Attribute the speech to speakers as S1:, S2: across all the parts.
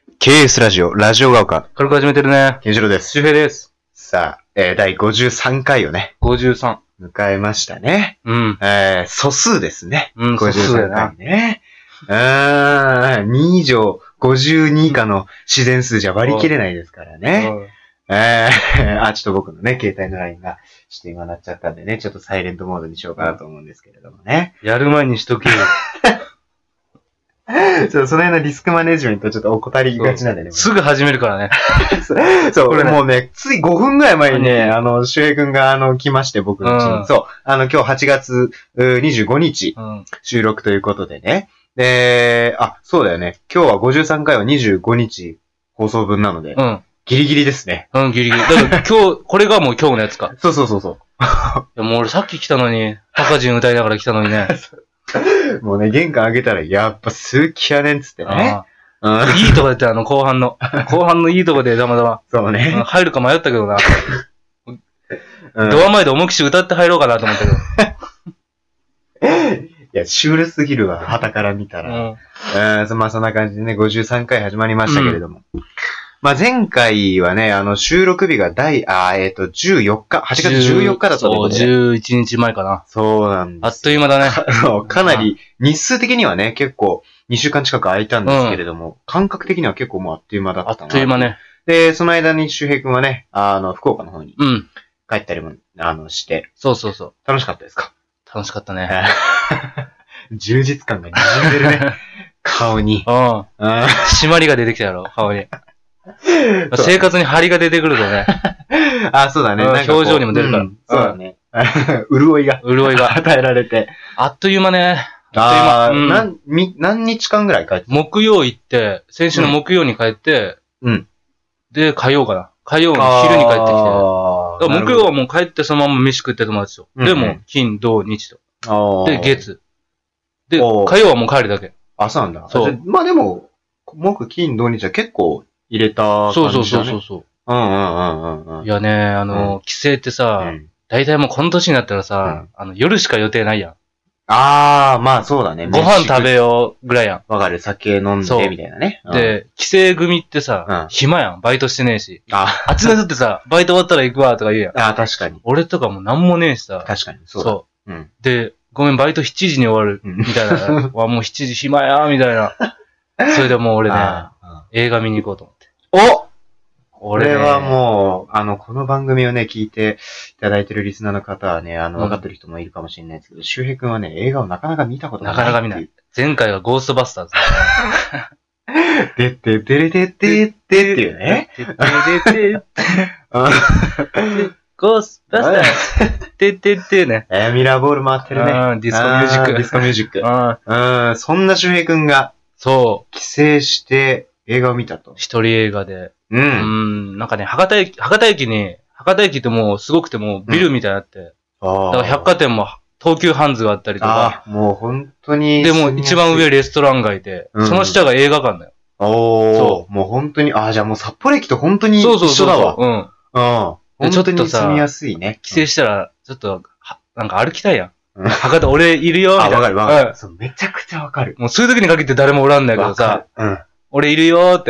S1: KS ラジオ、ラジオが丘。
S2: 軽く始めてるね。
S1: ケンシロウです。
S2: 周平です。
S1: さあ、第53回をね、
S2: 53。
S1: 迎えましたね。
S2: うん。
S1: 素数ですね。
S2: うん、
S1: 53回ね。2以上、52以下の自然数じゃ割り切れないですからね。ちょっと僕のね、携帯の LINE が、ちょっと今鳴っちゃったんでね、ちょっとサイレントモードにしようかなと思うんですけれどもね。
S2: やる前にしとけよ。
S1: その辺のリスクマネジメントちょっと怠りがちなんでね。
S2: すぐ始めるからね。
S1: そう、これね、もうね、つい5分ぐらい前にね、周平くんが来まして、僕の家に。そう、今日8月25日、収録ということでね。で、そうだよね。今日は53回は25日放送分なので、ギリギリですね。
S2: ギリギリ。だから今日、これがもう今日のやつか。
S1: そう。
S2: いやもう俺さっき来たのに、タカジン歌いながら来たのにね。
S1: もうね、玄関開けたら、やっぱ好きやねんっつってね。
S2: いいとこで後半のいいとこでたまたま。
S1: そうね。
S2: 入るか迷ったけどな。ドア前で思いっきし歌って入ろうかなと思ったけど。
S1: いや、シュールすぎるわ、旗から見たら。まあそんな感じでね、53回始まりましたけれども。まあ前回はね、収録日が14日、8月14日だったということで。
S2: そう、11日前かな。
S1: そうなんです。
S2: あっという間だね。
S1: かなり、日数的にはね、結構、2週間近く空いたんですけれども、感覚的には結構もうあっという間だったな。
S2: あっという間ね。
S1: で、その間に周平くんはね、福岡の方に、帰ったりも、して。
S2: そう。
S1: 楽しかったですか？
S2: 楽しかったね。
S1: 充実感が滲んでるね。顔に。
S2: 締まりが出てきたやろ、顔に。生活に張りが出てくるとね。
S1: そうだね。
S2: 表情にも出るから。
S1: そうだね。潤いが与えられて。
S2: あっという間ね。
S1: 何日間ぐらい帰って
S2: 木曜行って、先週の木曜に帰って、で、火曜かな。火曜の昼に帰ってきて。木曜はもう帰ってそのまま飯食って友達と。で、もう金、土、日と。で、月。で、火曜はもう帰るだけ。
S1: そうなんだ。そう。まあでも、木、金、土、日は結構入れた感じだね。
S2: そう。いやね、帰省ってさ、大体もうこの年になったらさ、夜しか予定ないやん。
S1: まあそうだね。
S2: ご飯食べようぐらいやん。
S1: わかる。酒飲んで、みたいなね。
S2: で、帰省組ってさ、暇やん。バイトしてねえし。あっちの人ってさ、バイト終わったら行くわとか言うやん。
S1: 確かに。
S2: 俺とかもなんもねえしさ。
S1: 確かに。そう。
S2: で、ごめん、バイト7時に終わる。みたいな。もう7時暇やみたいな。それでもう俺ね、映画見に行こうと思って。
S1: 俺はもう、この番組をね、聞いていただいてるリスナーの方はね、分かってる人もいるかもしれないですけど、周平くんはね、映画をなかなか見たことない。
S2: なかなか見ない。前回がゴーストバスターズ。
S1: でってってれてってってっていうね。
S2: ゴーストバスターズ。てってってね。
S1: ミラーボール回ってるね。
S2: ディスコミュージック。
S1: ディスコミュージック。そんな周平くんが、帰省して映画を見たと。
S2: 一人映画で。なんかね、博多駅ってもうすごくてもうビルみたいになって。だから百貨店も東急ハンズがあったりとか。
S1: もう本当に。
S2: でも一番上レストラン街で、その下が映画館だよ。
S1: もう本当に、じゃあもう札幌駅と本当に一緒だわ。本当に住みやすいね。
S2: 帰省したら、ちょっと、なんか歩きたいやん。博多俺いるよ、みたいな。
S1: わかる。めちゃくちゃわかる。
S2: もうそういう時に限って誰もおらんだけどさ、俺いるよーって。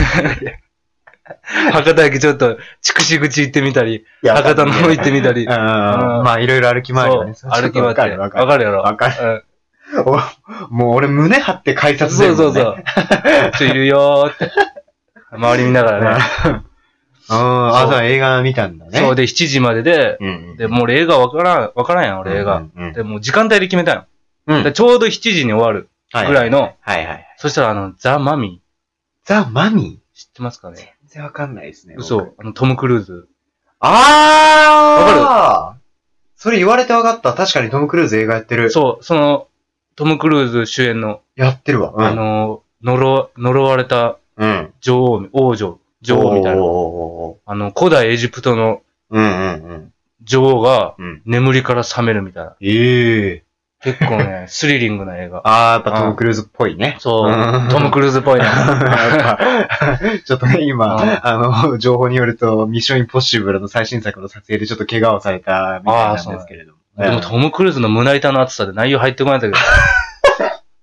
S2: 博多駅ちょっと、筑紫口行ってみたり、博多の方行ってみたり。
S1: まあいろいろ歩き回るよね。
S2: 歩き回って。わかるやろ。
S1: わかる。もう俺胸張って改札
S2: で。そう。いるよーって。周り見ながらね。
S1: そう映画見たんだね。
S2: そうで、7時までで、で、もう俺映画わからんやん、俺映画。で、もう時間帯で決めたよ。ちょうど7時に終わるぐらいの。そしたらザ・マミー。
S1: ザ・マミ
S2: ー知ってますかね？
S1: 全然わかんないですね。
S2: 嘘。トム・クルーズ。
S1: わかる？それ言われてわかった。確かにトム・クルーズ映画やってる。
S2: そう、トム・クルーズ主演の。
S1: やってるわ。
S2: 呪われた王女みたいな。古代エジプトの女王が眠りから覚めるみたいな。結構ね、スリリングな映画。
S1: やっぱトム・クルーズっぽいね。
S2: そう。トム・クルーズっぽいね。
S1: ちょっとね、今、情報によると、ミッション・インポッシブルの最新作の撮影でちょっと怪我をされたみたいなんですけれども。
S2: でもトム・クルーズの胸板の厚さで内容入ってこないんだけど。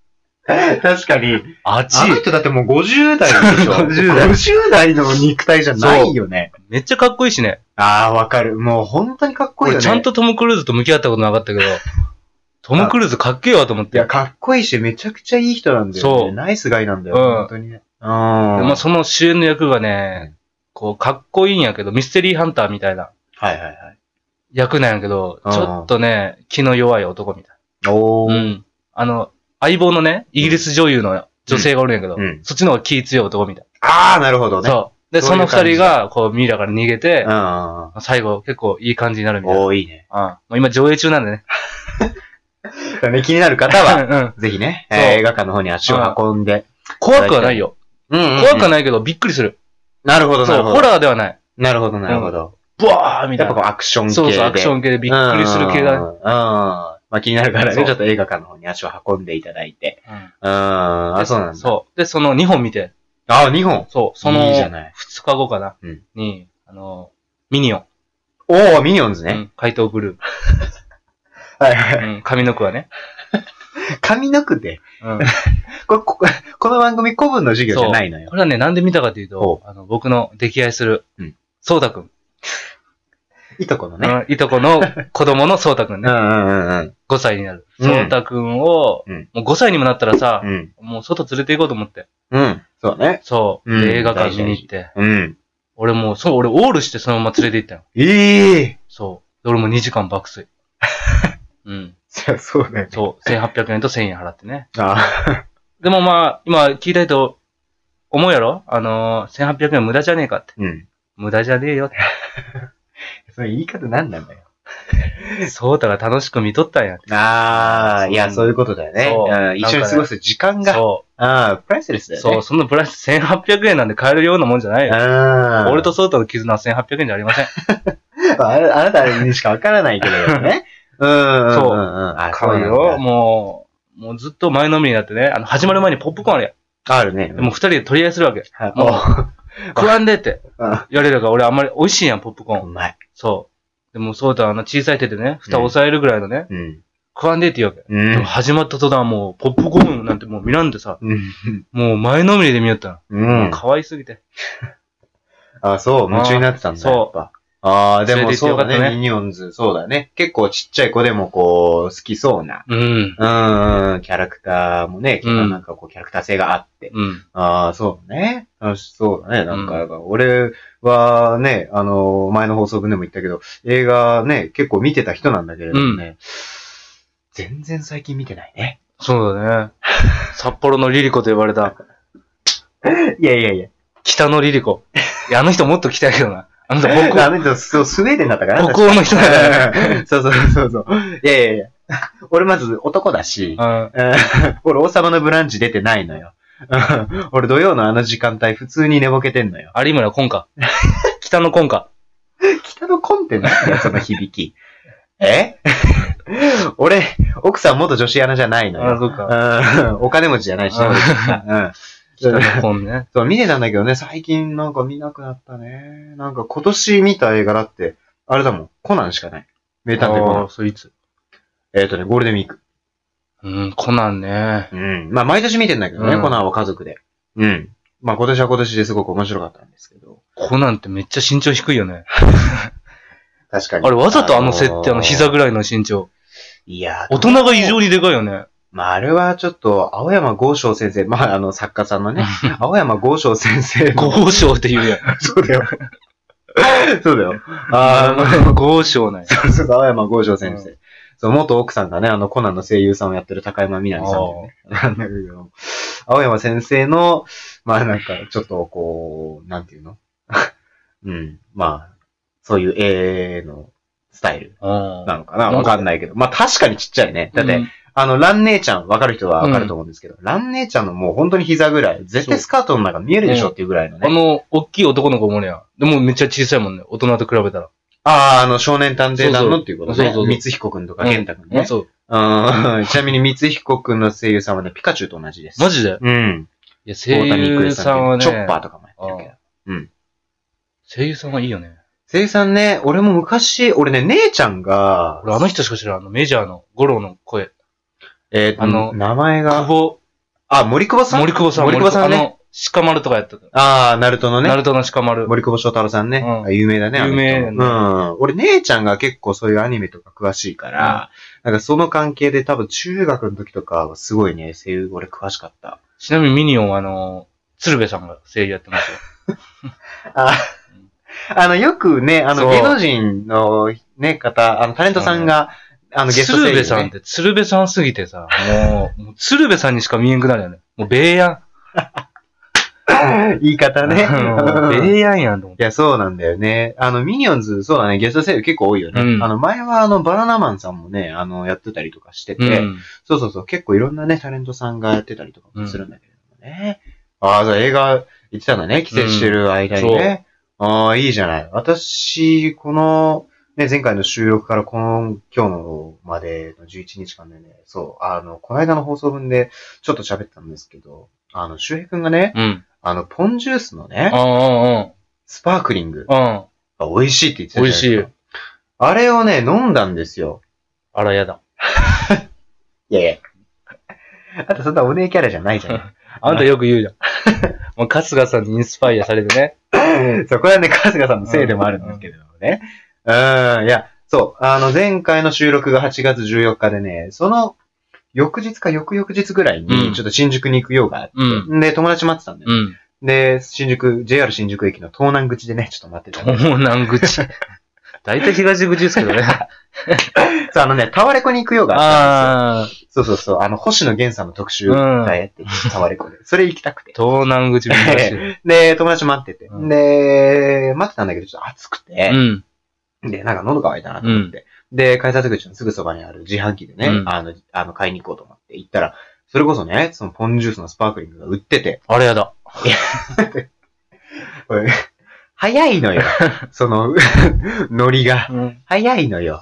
S1: 確かに。
S2: 熱い。
S1: あの人だってもう50代でしょ。50代の肉体じゃないよね。
S2: めっちゃかっこいいしね。
S1: ああ、わかる。もう本当にかっこいいよね。
S2: 俺ちゃんとトム・クルーズと向き合ったことなかったけど、トム・クルーズかっけえわと思って。
S1: いや、かっこいいし、めちゃくちゃいい人なんだよね。そう。ナイスガイなんだよ、本当にね。
S2: まあその主演の役がね、こう、かっこいいんやけど、ミステリーハンターみたいな。
S1: はいはいはい。
S2: 役なんやけど、ちょっとね、気の弱い男みたい。
S1: おー。
S2: 相棒のね、イギリス女優の女性がおるんやけど、そっちの方が気強い男みたい。
S1: あー、なるほどね。
S2: そう。で、その二人が、こう、ミイラから逃げて、最後、結構いい感じになるみたいな。
S1: おー、いいね。
S2: 今上映中なんでね。
S1: 気になる方は、ぜひね、映画館の方に足を運んで。
S2: 怖くはないよ。怖くはないけど、びっくりする。
S1: なるほど、なるほど。
S2: ホラーではない。
S1: なるほど、なるほど。
S2: ブワーみたいな。
S1: やっぱこうアクション系で。
S2: そうそう、アクション系でびっくりする系だね。
S1: まあ気になるからね、ちょっと映画館の方に足を運んでいただいて。そうなんだ。
S2: そう。で、その2本見て。
S1: あ、2本。
S2: そう。その2日後かな。に、ミニオン。
S1: おー、ミニオンズね。
S2: 怪盗グルー。
S1: はいはい。
S2: 上の句はね。
S1: 上の句で。この番組古文の授業じゃないのよ。
S2: これはね、なんで見たかというと、僕の溺愛する、そうたくん。
S1: いとこのね。
S2: いとこの子供のそうたくんね。5歳になる。そうたくんを、もう5歳にもなったらさ、もう外連れて行こうと思って。
S1: そうね。
S2: そう。映画館見に行って。俺もう、俺オールしてそのまま連れて行った
S1: よ。
S2: そう。俺も2時間爆睡。
S1: そうね。
S2: そう。1800円と1000円払ってね。でもまあ、今聞いた人、思うやろ1800円無駄じゃねえかって。無駄じゃねえよって。
S1: それ言い方なんなんだよ。
S2: そうたが楽しく見とったんや。
S1: いや、そういうことだよね。一緒に過ごす時間が。プライスレスだよね。
S2: そう、そのプライス1800円なんで買えるようなもんじゃないよ。俺とそうたの絆は1800円じゃありません。
S1: あなたにしかわからないけどね。
S2: そう。買うよ。もうずっと前のめりになってね。始まる前にポップコーンあるやん。
S1: あるね。
S2: もう二人で取り合いするわけ。もう、食わんでって言われるから、俺あんまり美味しいやん、ポップコーン。
S1: うまい。
S2: そう。でもそうだ、小さい手でね、蓋を押さえるぐらいのね、食わんでって言うわけ。でも始まった途端もう、ポップコーンなんてもう見らんでさ、もう前のめりで見よったの。可愛すぎて。
S1: そう、夢中になってたんだ。そう。でもそうだね、ミニオンズ、そうだね。結構ちっちゃい子でもこう、好きそうな。キャラクターもね、なんかこう、キャラクター性があって。そうね。そうだね。なんか、俺はね、前の放送分でも言ったけど、映画ね、結構見てた人なんだけれどもね、全然最近見てないね。
S2: そうだね。札幌のリリコと呼ばれた。
S1: いや。
S2: 北のリリコ。いや、あの人もっと来たけどな。
S1: あの人、そう、スウェーデンだったから
S2: 北欧の人だから。
S1: そう。いや。俺まず男だし、俺王様のブランチ出てないのよ。俺土曜のあの時間帯普通に寝ぼけてんのよ。
S2: 有村コンカ。北のコンカ。
S1: 北のコンって何だよ、その響き。俺、奥さん元女子アナじゃないのよ。
S2: そうか。
S1: お金持ちじゃないし、
S2: 北の本ね。
S1: そう、見てたんだけどね、最近なんか見なくなったね。なんか今年見た映画だって、あれだもん、コナンしかない。名探偵コナン。
S2: そいつ。
S1: ゴールデンウィーク。
S2: コナンね。
S1: まあ毎年見てんだけどね、コナンは家族で。まあ今年は今年ですごく面白かったんですけど。
S2: コナンってめっちゃ身長低いよね。
S1: 確かに。
S2: あれわざと設定膝ぐらいの身長。
S1: いや
S2: 大人が異常にでかいよね。
S1: まあ、あれはちょっと、青山剛昌先生、まあ、作家さんのね、青山剛昌先生の。
S2: 剛昌って言うやん。
S1: そうだよ。そうだよ。
S2: 剛昌ね。
S1: そう、青山剛昌先生。そう、元奥さんがね、コナンの声優さんをやってる高山みなみさんでね。なんだけど、青山先生の、まあなんか、ちょっとこう、なんていうのまあ、そういう絵のスタイルなのかなわかんないけど。まあ確かにちっちゃいね。だって、ラン姉ちゃん、わかる人はわかると思うんですけど、ラン姉ちゃんのもう本当に膝ぐらい、絶対スカートの中見えるでしょっていうぐらいのね。
S2: 大きい男の子もね、でもめっちゃ小さいもんね、大人と比べたら。
S1: 少年探偵団のっていうことね。光彦くんとか健太くんね。ちなみに光彦くんの声優さんはね、ピカチュウと同じです。
S2: マジで？いや、声優さんはね。
S1: チョッパーとかもやってるけど。
S2: 声優さんはいいよね。
S1: 声優さんね、俺も昔、俺ね、姉ちゃんが、
S2: 俺あの人しか知らん、メジャーの、ゴロの声。
S1: 名前が、
S2: 久保
S1: あ、森久保さん
S2: 森久保さんね。鹿丸とかやった。
S1: ナルトのね。
S2: ナルトの鹿丸。
S1: 森久保翔太郎さんね。有名だね。
S2: 有名だね。
S1: 俺、姉ちゃんが結構そういうアニメとか詳しいから、なんかその関係で多分中学の時とかはすごいね、声優俺詳しかった。
S2: ちなみにミニオンは鶴瓶さんが声優やってます
S1: よ。よくね、芸能人のね、方、タレントさんが、ゲスト声優、ね。
S2: 鶴瓶さんって鶴瓶さんすぎてさ、もう鶴瓶さんにしか見えんくなるよね。もうベーヤン。
S1: 言い方ね。
S2: ベーヤンやんと思って。
S1: いや、そうなんだよね。ミニオンズ、そうだね、ゲスト声優結構多いよね。前はバナナマンさんもね、やってたりとかしてて、そう、結構いろんなね、タレントさんがやってたりとかもするんだけどね。そう、映画行ってたんだね、帰省してる間にね。いいじゃない。私、この、ね、前回の収録から今日のまでの11日間でね、そう、この間の放送分でちょっと喋ったんですけど、周平くんがね、ポンジュースのね、スパークリング、美味しいって言ってたじゃないですか。美味しい。あれをね、飲んだんですよ。
S2: あら、やだ。
S1: いやいや。あとそんなお姉キャラじゃないじゃん。
S2: あんたよく言うじゃん。もう春日さんにインスパイアされてね。
S1: そう、これはね、春日さんのせいでもあるんですけれどもね。いや、そう、前回の収録が8月14日でね、その、翌日か翌々日ぐらいに、ちょっと新宿に行く用があって、で、友達待ってたんだよ。で、JR 新宿駅の東南口でね、ちょっと待ってた。
S2: 東南口。大体東口ですけどね。
S1: そう、タワレコに行く用があったんですよ。そう、星野源さんの特集がやってタワレコで。それ行きたくて。
S2: 東南口見ました。
S1: で、友達待ってて。で、待ってたんだけど、ちょっと暑くて。で、なんか喉乾いたなと思って。で、改札口のすぐそばにある自販機でね、買いに行こうと思って行ったら、それこそね、そのポンジュースのスパークリングが売ってて。
S2: あれやだ。
S1: 早いのよ。その、ノリが。早いのよ。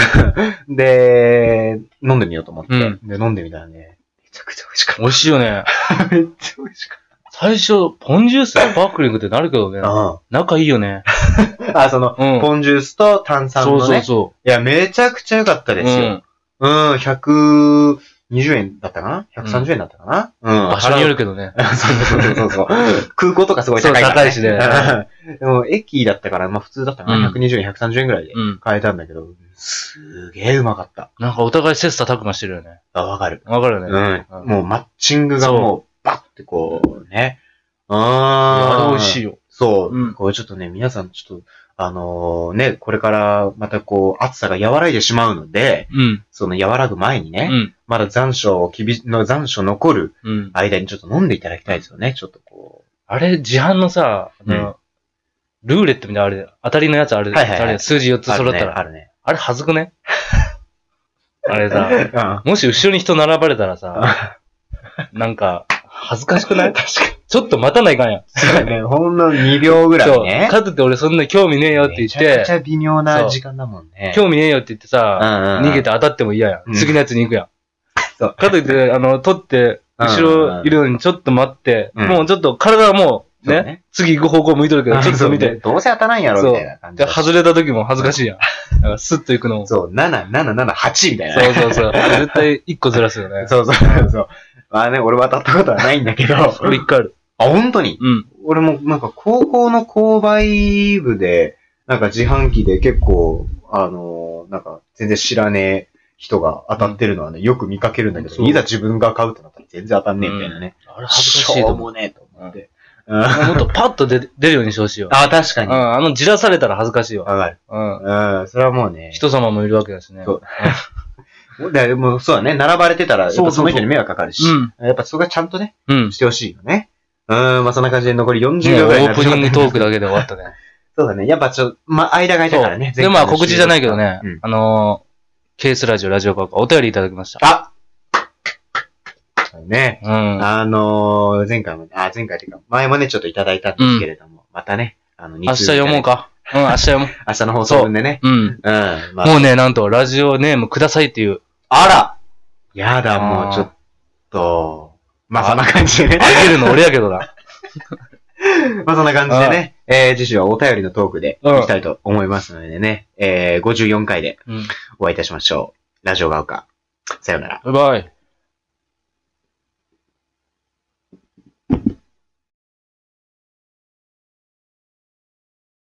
S1: で、飲んでみようと思って。で、飲んでみたらね、めちゃくちゃ美味しかった。
S2: 美味しいよね。
S1: めっちゃ美味しかった。
S2: 最初、ポンジュース、スパークリングってなるけどね。仲いいよね。
S1: ポンジュースと炭酸のね。そう。いや、めちゃくちゃ良かったですよ。120円だったかな ?130 円だったかな
S2: 場所によるけどね。
S1: そう。空港とかすごい高いから、ね。
S2: 高いしね。
S1: でも、駅だったから、まあ普通だったかな ?120 円、130円ぐらいで買えたんだけど、すげえうまかった。
S2: なんかお互い切磋琢磨してるよね。
S1: わかる。
S2: わかるよね。
S1: もうマッチングがもう、バッてこう、ね。
S2: あれ美味しいよ。
S1: そう。これちょっとね、皆さんちょっと、ね、これからまたこう、暑さが和らいでしまうので、その和らぐ前にね、まだ残暑残る間にちょっと飲んでいただきたいですよね、ちょっとこう。
S2: あれ、市販のさ、ルーレットみたいなあれ、当たりのやつある、数字4つ揃ったら。
S1: あるね。
S2: あれ、はずくねあれさ、もし後ろに人並ばれたらさ、なんか、恥ずかしくない？確かに。ちょっと待たないかんやん。
S1: そうね。ほんの2秒ぐらいね。
S2: そう。かとって俺そんな興味ねえよって言って。
S1: めちゃくちゃ微妙な時間だもんね。
S2: 興味ねえよって言ってさ、逃げて当たっても嫌やん。次のやつに行くやん。そう。かといって、取って、後ろいるのにちょっと待って、もうちょっと体はもう、ね、次行く方向向いとるけど、ちょっと見て。
S1: どうせ当たらんやろ、みたいな感じ。
S2: で、外れた時も恥ずかしいやん。だからスッと行くのも。
S1: そう、7、7、7、8みたいな。
S2: そう。絶対1個ずらすよね。
S1: そう。まあね、俺は当たったことはないんだけど。
S2: 俺1回ある。
S1: あ、本当に？俺もなんか高校の購買部で、なんか自販機で結構、なんか全然知らねえ人が当たってるのはね、よく見かけるんだけど、いざ自分が買うってなったら全然当たんねえみたいなね。
S2: あれ恥ずかしいと思う
S1: ねえと思って。
S2: もっとパッと出るようにしてほしいよ。
S1: あ、確かに。
S2: じらされたら恥ずかしいわ。
S1: わかる。それはもうね。
S2: 人様もいるわけだしね。
S1: そう。でもそうだね、並ばれてたら、その人に迷惑かかるし、やっぱそこがちゃんとね、してほしいよね。まあそんな感じで残り40秒ぐらいになって
S2: オープニングトークだけで終わったね。
S1: そうだね。やっぱ間が空いたからね。
S2: で、まあ告知じゃないけどね、ケースラジオカお便りいただきました。
S1: あね。前回っていうか、前もね、ちょっといただいたんですけれども、またね、
S2: 明日読もうか。明日読もう。
S1: 明日の放送分でね。
S2: もうね、なんと、ラジオネームくださいっていう。
S1: あらやだ、もうちょっと。まあそんな感じでね。
S2: あげるの俺やけどな。
S1: まあそんな感じでね、次週はお便りのトークでいきたいと思いますのでね、54回でお会いいたしましょう。ラジオが丘。さよなら。
S2: バイバイ。